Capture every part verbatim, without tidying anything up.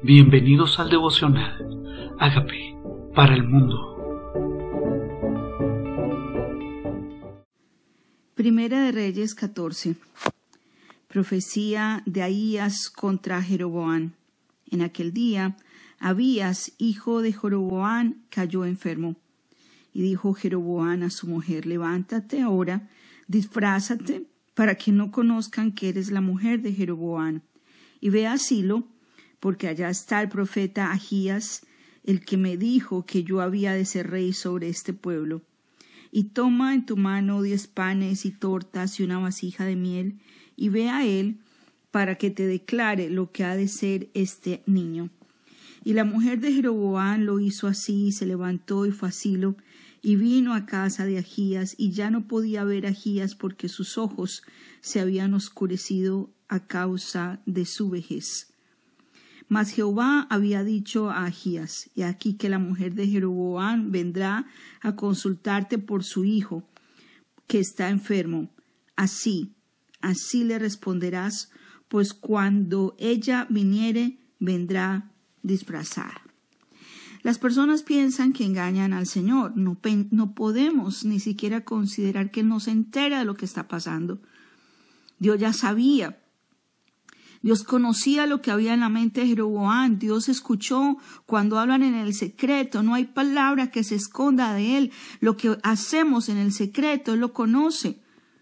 Bienvenidos al devocional Ágape para el mundo. Primera de Reyes catorce. Profecía de Ahías contra Jeroboam. En aquel día, Abías, hijo de Jeroboam, cayó enfermo. Y dijo Jeroboam a su mujer: levántate ahora, disfrázate, para que no conozcan que eres la mujer de Jeroboam. Y ve a Silo, porque allá está el profeta Ahías, el que me dijo que yo había de ser rey sobre este pueblo. Y toma en tu mano diez panes y tortas y una vasija de miel, y ve a él, para que te declare lo que ha de ser este niño. Y la mujer de Jeroboam lo hizo así, y se levantó y fue a Silo, y vino a casa de Ahías, y ya no podía ver a Ahías porque sus ojos se habían oscurecido a causa de su vejez. Mas Jehová había dicho a Ahías: he aquí que la mujer de Jeroboam vendrá a consultarte por su hijo, que está enfermo. Así, así le responderás, pues cuando ella viniere, vendrá disfrazada. Las personas piensan que engañan al Señor. No, no podemos ni siquiera considerar que Él no se entera de lo que está pasando. Dios ya sabía. Dios conocía lo que había en la mente de Jeroboam. Dios escuchó cuando hablan en el secreto. No hay palabra que se esconda de Él. Lo que hacemos en el secreto, Él lo conoce.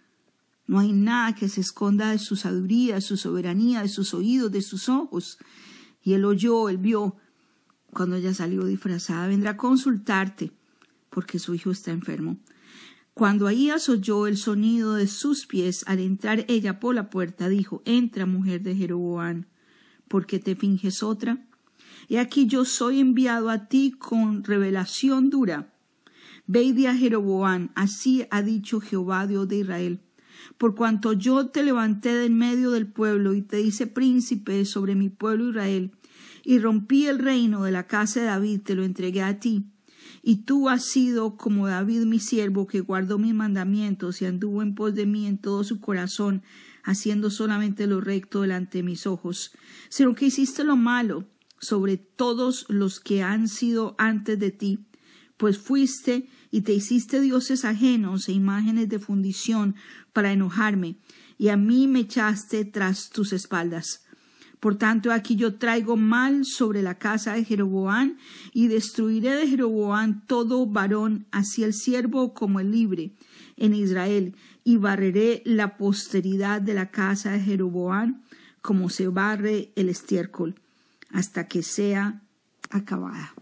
No hay nada que se esconda de su sabiduría, de su soberanía, de sus oídos, de sus ojos. Y Él oyó, Él vio cuando ella salió disfrazada. Vendrá a consultarte porque su hijo está enfermo. Cuando Ahías oyó el sonido de sus pies al entrar ella por la puerta, dijo: entra, mujer de Jeroboam, ¿por qué te finges otra? He aquí yo soy enviado a ti con revelación dura. Ve y di a Jeroboam: así ha dicho Jehová, Dios de Israel, por cuanto yo te levanté de en medio del pueblo y te hice príncipe sobre mi pueblo Israel, y rompí el reino de la casa de David, te lo entregué a ti. Y tú has sido como David mi siervo, que guardó mis mandamientos y anduvo en pos de mí en todo su corazón, haciendo solamente lo recto delante de mis ojos. Sino que hiciste lo malo sobre todos los que han sido antes de ti, pues fuiste y te hiciste dioses ajenos e imágenes de fundición para enojarme, y a mí me echaste tras tus espaldas. Por tanto, aquí yo traigo mal sobre la casa de Jeroboam, y destruiré de Jeroboam todo varón, así el siervo como el libre, en Israel, y barreré la posteridad de la casa de Jeroboam, como se barre el estiércol, hasta que sea acabada.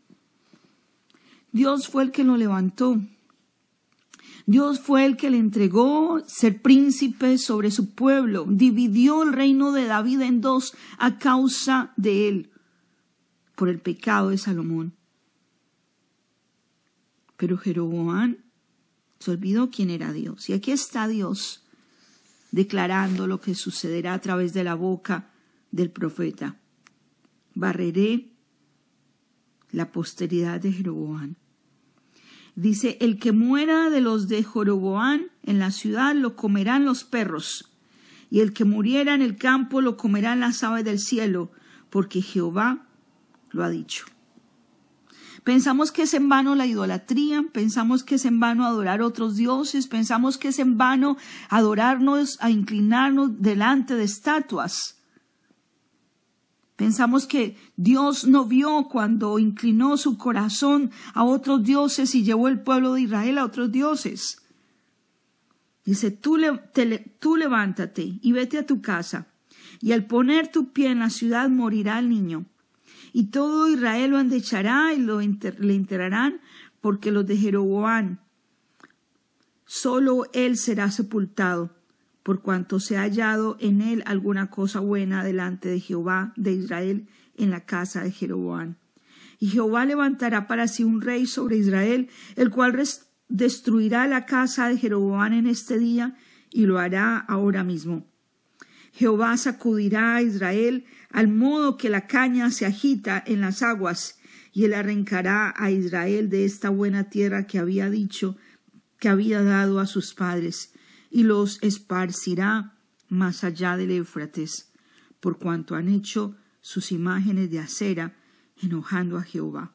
Dios fue el que lo levantó. Dios fue el que le entregó ser príncipe sobre su pueblo. Dividió el reino de David en dos a causa de él, por el pecado de Salomón. Pero Jeroboam se olvidó quién era Dios. Y aquí está Dios declarando lo que sucederá a través de la boca del profeta. Barreré la posteridad de Jeroboam. Dice: el que muera de los de Jeroboam en la ciudad lo comerán los perros, y el que muriera en el campo lo comerán las aves del cielo, porque Jehová lo ha dicho. Pensamos que es en vano la idolatría, pensamos que es en vano adorar otros dioses, pensamos que es en vano adorarnos, a inclinarnos delante de estatuas. Pensamos que Dios no vio cuando inclinó su corazón a otros dioses y llevó el pueblo de Israel a otros dioses. Dice: tú, le, te, tú levántate y vete a tu casa, y al poner tu pie en la ciudad morirá el niño. Y todo Israel lo endechará y lo enter, le enterrarán, porque los de Jeroboam, solo él será sepultado, por cuanto se ha hallado en él alguna cosa buena delante de Jehová de Israel en la casa de Jeroboam. Y Jehová levantará para sí un rey sobre Israel, el cual destruirá la casa de Jeroboam en este día, y lo hará ahora mismo. Jehová sacudirá a Israel al modo que la caña se agita en las aguas, y él arrancará a Israel de esta buena tierra que había dicho que había dado a sus padres, y los esparcirá más allá del Éufrates, por cuanto han hecho sus imágenes de acera, enojando a Jehová.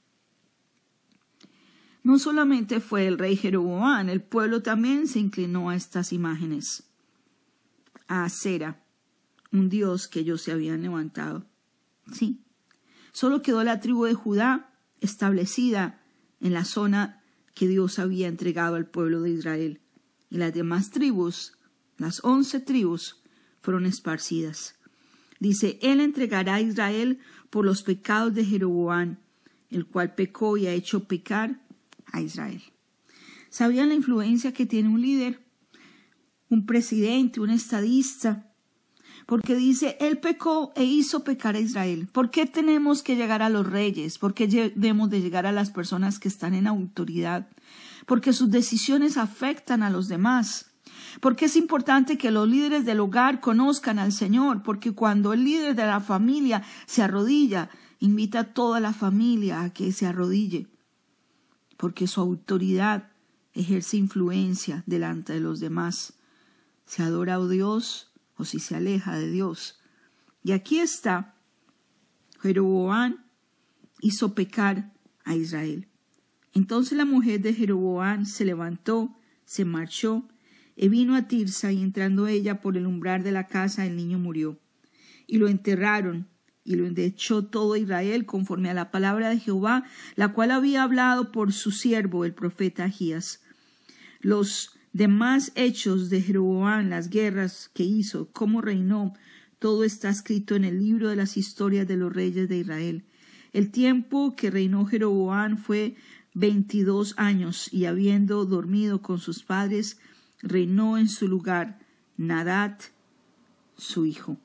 No solamente fue el rey Jeroboam, el pueblo también se inclinó a estas imágenes, a Acera, un dios que ellos se habían levantado. Sí, solo quedó la tribu de Judá establecida en la zona que Dios había entregado al pueblo de Israel, y las demás tribus, las once tribus, fueron esparcidas. Dice, él entregará a Israel por los pecados de Jeroboam, el cual pecó y ha hecho pecar a Israel. ¿Sabían la influencia que tiene un líder, un presidente, un estadista? Porque dice, él pecó e hizo pecar a Israel. ¿Por qué tenemos que llegar a los reyes? ¿Por qué debemos de llegar a las personas que están en autoridad? Porque sus decisiones afectan a los demás. Porque es importante que los líderes del hogar conozcan al Señor, porque cuando el líder de la familia se arrodilla, invita a toda la familia a que se arrodille, porque su autoridad ejerce influencia delante de los demás. Se adora a Dios o si se aleja de Dios. Y aquí está, Jeroboam hizo pecar a Israel. Entonces la mujer de Jeroboam se levantó, se marchó, y vino a Tirsa, y entrando ella por el umbral de la casa, el niño murió. Y lo enterraron, y lo echó todo Israel conforme a la palabra de Jehová, la cual había hablado por su siervo, el profeta Ahías. Los demás hechos de Jeroboam, las guerras que hizo, cómo reinó, todo está escrito en el libro de las historias de los reyes de Israel. El tiempo que reinó Jeroboam fue veintidós años, y habiendo dormido con sus padres, reinó en su lugar Nadab, su hijo.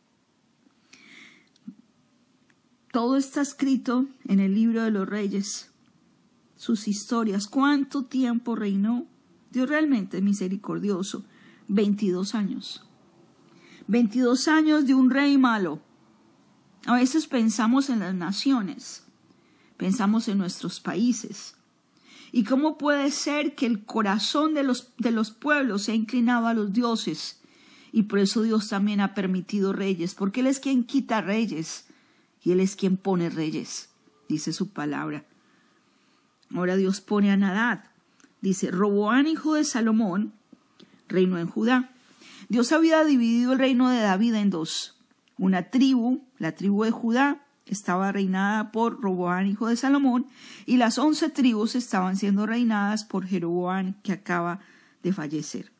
Todo está escrito en el libro de los reyes, sus historias. ¿Cuánto tiempo reinó? Dios realmente es misericordioso. veintidós años. veintidós años de un rey malo. A veces pensamos en las naciones, pensamos en nuestros países. ¿Y cómo puede ser que el corazón de los, de los pueblos se ha inclinado a los dioses? Y por eso Dios también ha permitido reyes, porque Él es quien quita reyes y Él es quien pone reyes, dice su palabra. Ahora Dios pone a Nadab. Dice, Roboam, hijo de Salomón, reinó en Judá. Dios había dividido el reino de David en dos. Una tribu, la tribu de Judá, estaba reinada por Roboam, hijo de Salomón, y las once tribus estaban siendo reinadas por Jeroboam, que acaba de fallecer.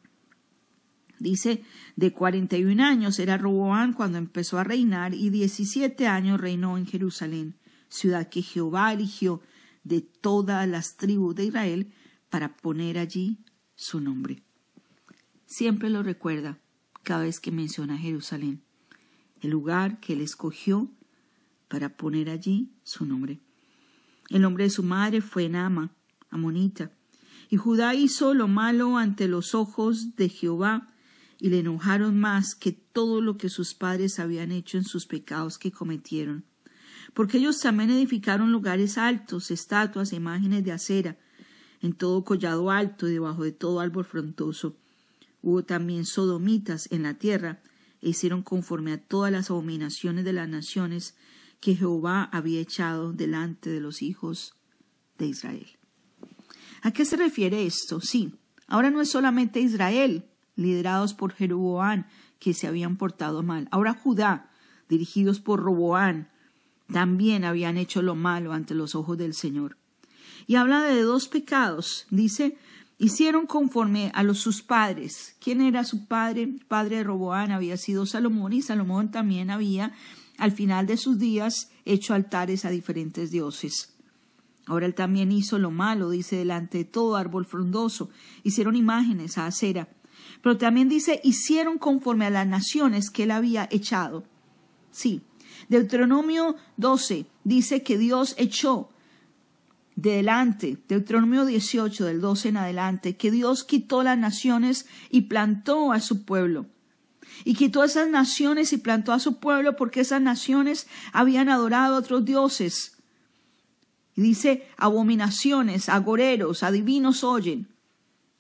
Dice, de cuarenta y un años era Roboam cuando empezó a reinar, y diecisiete años reinó en Jerusalén, ciudad que Jehová eligió de todas las tribus de Israel para poner allí su nombre. Siempre lo recuerda cada vez que menciona Jerusalén, el lugar que él escogió para poner allí su nombre. El nombre de su madre fue Naama, amonita. Y Judá hizo lo malo ante los ojos de Jehová, y le enojaron más que todo lo que sus padres habían hecho en sus pecados que cometieron. Porque ellos también edificaron lugares altos, estatuas e imágenes de acera, en todo collado alto y debajo de todo árbol frondoso. Hubo también sodomitas en la tierra, e hicieron conforme a todas las abominaciones de las naciones que Jehová había echado delante de los hijos de Israel. ¿A qué se refiere esto? Sí, ahora no es solamente Israel, liderados por Jeroboam, que se habían portado mal. Ahora Judá, dirigidos por Roboam, también habían hecho lo malo ante los ojos del Señor. Y habla de dos pecados. Dice, hicieron conforme a los sus padres. ¿Quién era su padre? El padre de Roboam había sido Salomón, y Salomón también había, al final de sus días, hecho altares a diferentes dioses. Ahora él también hizo lo malo, dice, delante de todo árbol frondoso. Hicieron imágenes a acera. Pero también dice, hicieron conforme a las naciones que él había echado. Sí, Deuteronomio doce dice que Dios echó de delante, Deuteronomio dieciocho, del doce en adelante, que Dios quitó las naciones y plantó a su pueblo. Y quitó esas naciones y plantó a su pueblo porque esas naciones habían adorado a otros dioses. Y dice, abominaciones, agoreros, adivinos oyen.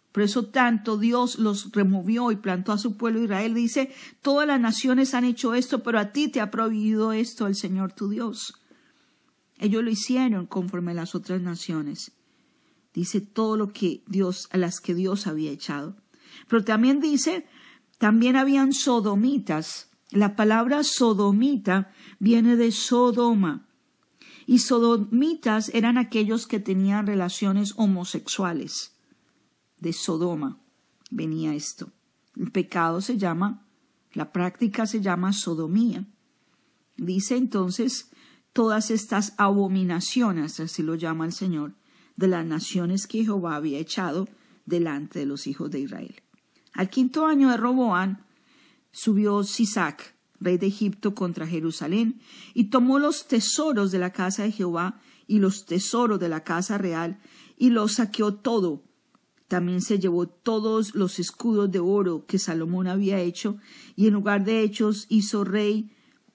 Por eso tanto Dios los removió y plantó a su pueblo Israel. Dice, todas las naciones han hecho esto, pero a ti te ha prohibido esto el Señor tu Dios. Ellos lo hicieron conforme a las otras naciones. Dice todo lo que Dios, a las que Dios había echado. Pero también dice, también habían sodomitas. La palabra sodomita viene de Sodoma. Y sodomitas eran aquellos que tenían relaciones homosexuales. De Sodoma venía esto. El pecado se llama, la práctica se llama sodomía. Dice entonces todas estas abominaciones, así lo llama el Señor, de las naciones que Jehová había echado delante de los hijos de Israel. Al quinto año de Roboán subió Sisac, rey de Egipto, contra Jerusalén, y tomó los tesoros de la casa de Jehová y los tesoros de la casa real, y los saqueó todo. También se llevó todos los escudos de oro que Salomón había hecho, y en lugar de ellos hizo rey,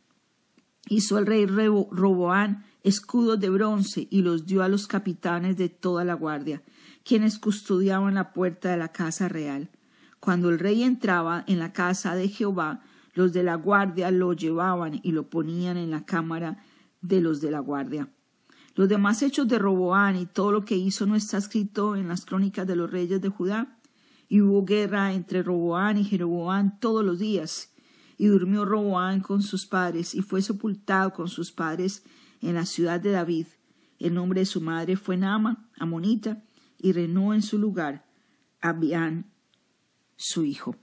hizo el rey Roboán escudos de bronce, y los dio a los capitanes de toda la guardia, quienes custodiaban la puerta de la casa real. Cuando el rey entraba en la casa de Jehová, los de la guardia lo llevaban y lo ponían en la cámara de los de la guardia. Los demás hechos de Roboán y todo lo que hizo no está escrito en las crónicas de los reyes de Judá. Y hubo guerra entre Roboán y Jeroboán todos los días. Y durmió Roboán con sus padres y fue sepultado con sus padres en la ciudad de David. El nombre de su madre fue Naama, amonita, y reinó en su lugar Abián, su hijo.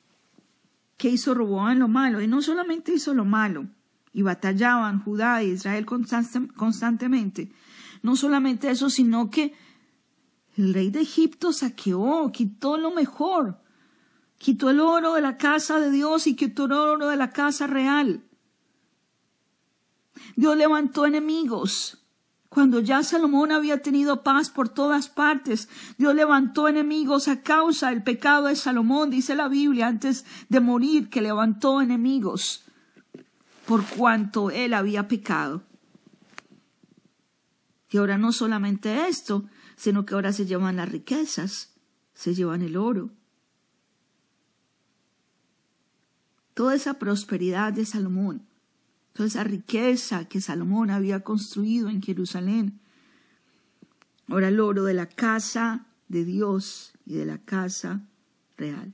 ¿Qué hizo Roboán? Lo malo. Y no solamente hizo lo malo, y batallaban Judá e Israel constantemente. No solamente eso, sino que el rey de Egipto saqueó, quitó lo mejor. Quitó el oro de la casa de Dios y quitó el oro de la casa real. Dios levantó enemigos. Cuando ya Salomón había tenido paz por todas partes, Dios levantó enemigos a causa del pecado de Salomón. Dice la Biblia antes de morir que levantó enemigos por cuanto él había pecado. Y ahora no solamente esto, sino que ahora se llevan las riquezas, se llevan el oro. Toda esa prosperidad de Salomón, toda esa riqueza que Salomón había construido en Jerusalén, ahora el oro de la casa de Dios y de la casa real.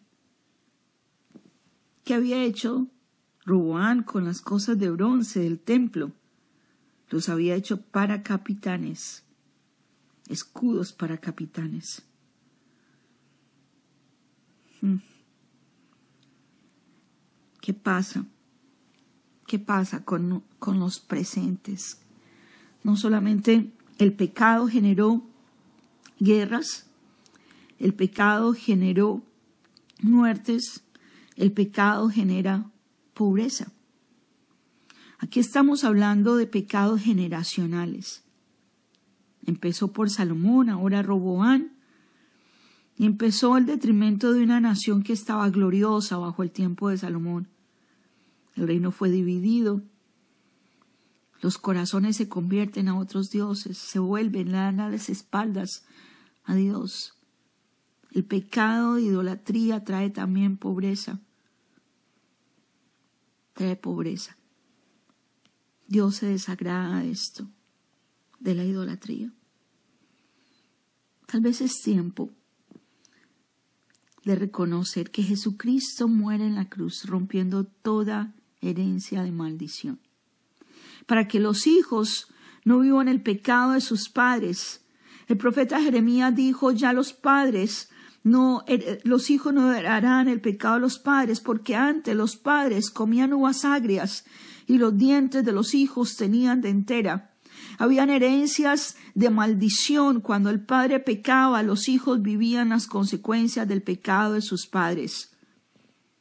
¿Qué había hecho Roboán con las cosas de bronce del templo? Los había hecho para capitanes, escudos para capitanes. ¿Qué pasa? ¿Qué pasa con, con los presentes? No solamente el pecado generó guerras, el pecado generó muertes, el pecado genera pobreza. Aquí estamos hablando de pecados generacionales. Empezó por Salomón, ahora Roboán, y empezó el detrimento de una nación que estaba gloriosa bajo el tiempo de Salomón. El reino fue dividido, los corazones se convierten a otros dioses, se vuelven, le dan a las espaldas a Dios. El pecado de idolatría trae también pobreza, trae pobreza. Dios se desagrada de esto, de la idolatría. Tal vez es tiempo de reconocer que Jesucristo muere en la cruz, rompiendo toda herencia de maldición, para que los hijos no vivan el pecado de sus padres. El profeta Jeremías dijo, ya los padres no, los hijos no heredarán el pecado de los padres, porque antes los padres comían uvas agrias y los dientes de los hijos tenían dentera. Habían herencias de maldición. Cuando el padre pecaba, los hijos vivían las consecuencias del pecado de sus padres.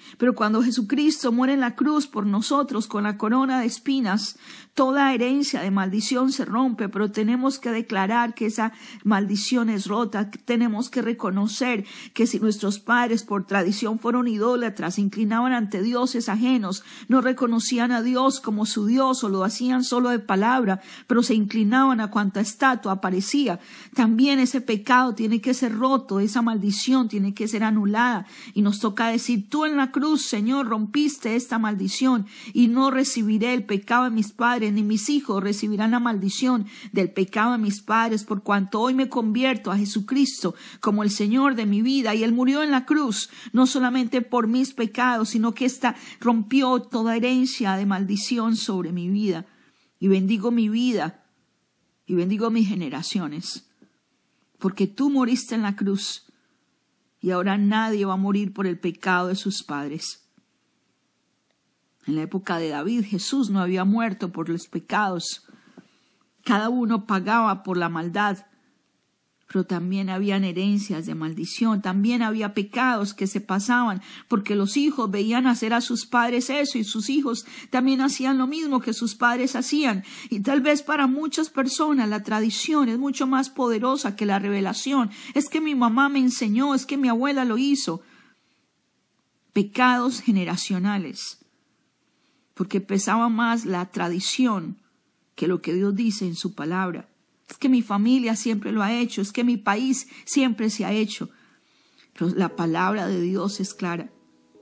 Pero cuando Jesucristo muere en la cruz por nosotros con la corona de espinas, toda herencia de maldición se rompe, pero tenemos que declarar que esa maldición es rota. Tenemos que reconocer que si nuestros padres por tradición fueron idólatras, se inclinaban ante dioses ajenos, no reconocían a Dios como su Dios o lo hacían solo de palabra, pero se inclinaban a cuanta estatua aparecía, también ese pecado tiene que ser roto, esa maldición tiene que ser anulada, y nos toca decir: tú en la cruz, Señor, rompiste esta maldición y no recibiré el pecado de mis padres, ni mis hijos recibirán la maldición del pecado de mis padres, por cuanto hoy me convierto a Jesucristo como el Señor de mi vida. Y Él murió en la cruz, no solamente por mis pecados, sino que esta rompió toda herencia de maldición sobre mi vida. Y bendigo mi vida y bendigo mis generaciones, porque tú moriste en la cruz y ahora nadie va a morir por el pecado de sus padres. En la época de David, Jesús no había muerto por los pecados. Cada uno pagaba por la maldad, pero también habían herencias de maldición, también había pecados que se pasaban, porque los hijos veían hacer a sus padres eso, y sus hijos también hacían lo mismo que sus padres hacían. Y tal vez para muchas personas la tradición es mucho más poderosa que la revelación. Es que mi mamá me enseñó, es que mi abuela lo hizo. Pecados generacionales, porque pesaba más la tradición que lo que Dios dice en su palabra. Es que mi familia siempre lo ha hecho, es que mi país siempre se ha hecho. Pero la palabra de Dios es clara.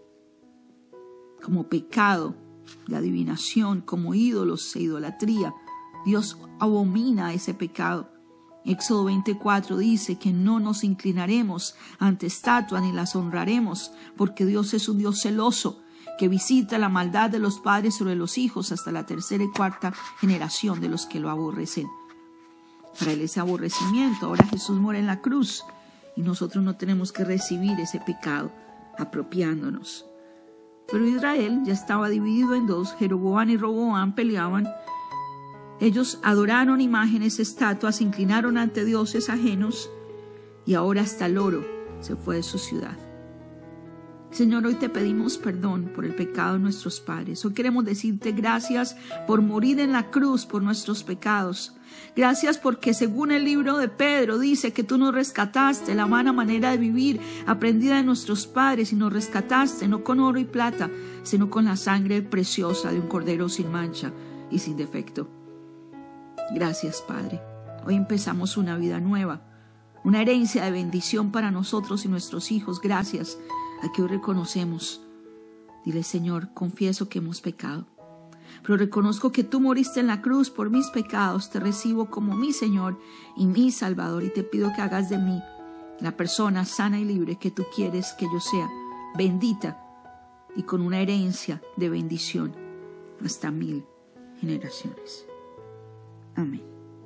Como pecado de adivinación, como ídolos e idolatría, Dios abomina ese pecado. Éxodo veinticuatro dice que no nos inclinaremos ante estatuas ni las honraremos, porque Dios es un Dios celoso, que visita la maldad de los padres sobre los hijos hasta la tercera y cuarta generación de los que lo aborrecen. Para él ese aborrecimiento, ahora Jesús muere en la cruz y nosotros no tenemos que recibir ese pecado apropiándonos. Pero Israel ya estaba dividido en dos. Jeroboam y Roboam peleaban. Ellos adoraron imágenes, estatuas, se inclinaron ante dioses ajenos, y ahora hasta el oro se fue de su ciudad. Señor, hoy te pedimos perdón por el pecado de nuestros padres. Hoy queremos decirte gracias por morir en la cruz por nuestros pecados. Gracias porque según el libro de Pedro dice que tú nos rescataste la vana manera de vivir aprendida de nuestros padres, y nos rescataste no con oro y plata, sino con la sangre preciosa de un cordero sin mancha y sin defecto. Gracias, Padre. Hoy empezamos una vida nueva, una herencia de bendición para nosotros y nuestros hijos. Gracias a que hoy reconocemos. Dile: Señor, confieso que hemos pecado, pero reconozco que tú moriste en la cruz por mis pecados. Te recibo como mi Señor y mi Salvador, y te pido que hagas de mí la persona sana y libre que tú quieres que yo sea, bendita y con una herencia de bendición hasta mil generaciones. Amén.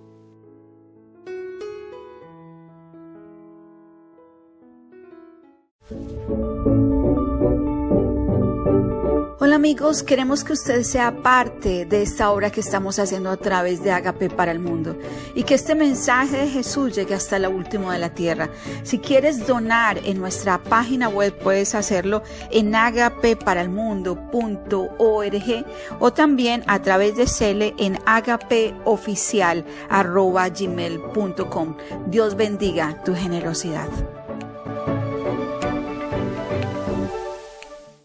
Hola amigos, queremos que usted sea parte de esta obra que estamos haciendo a través de Ágape para el mundo, y que este mensaje de Jesús llegue hasta lo último de la tierra. Si quieres donar en nuestra página web, puedes hacerlo en agape para el mundo punto org, o también a través de Cele en agapeoficial arroba gmail punto com. Dios bendiga tu generosidad.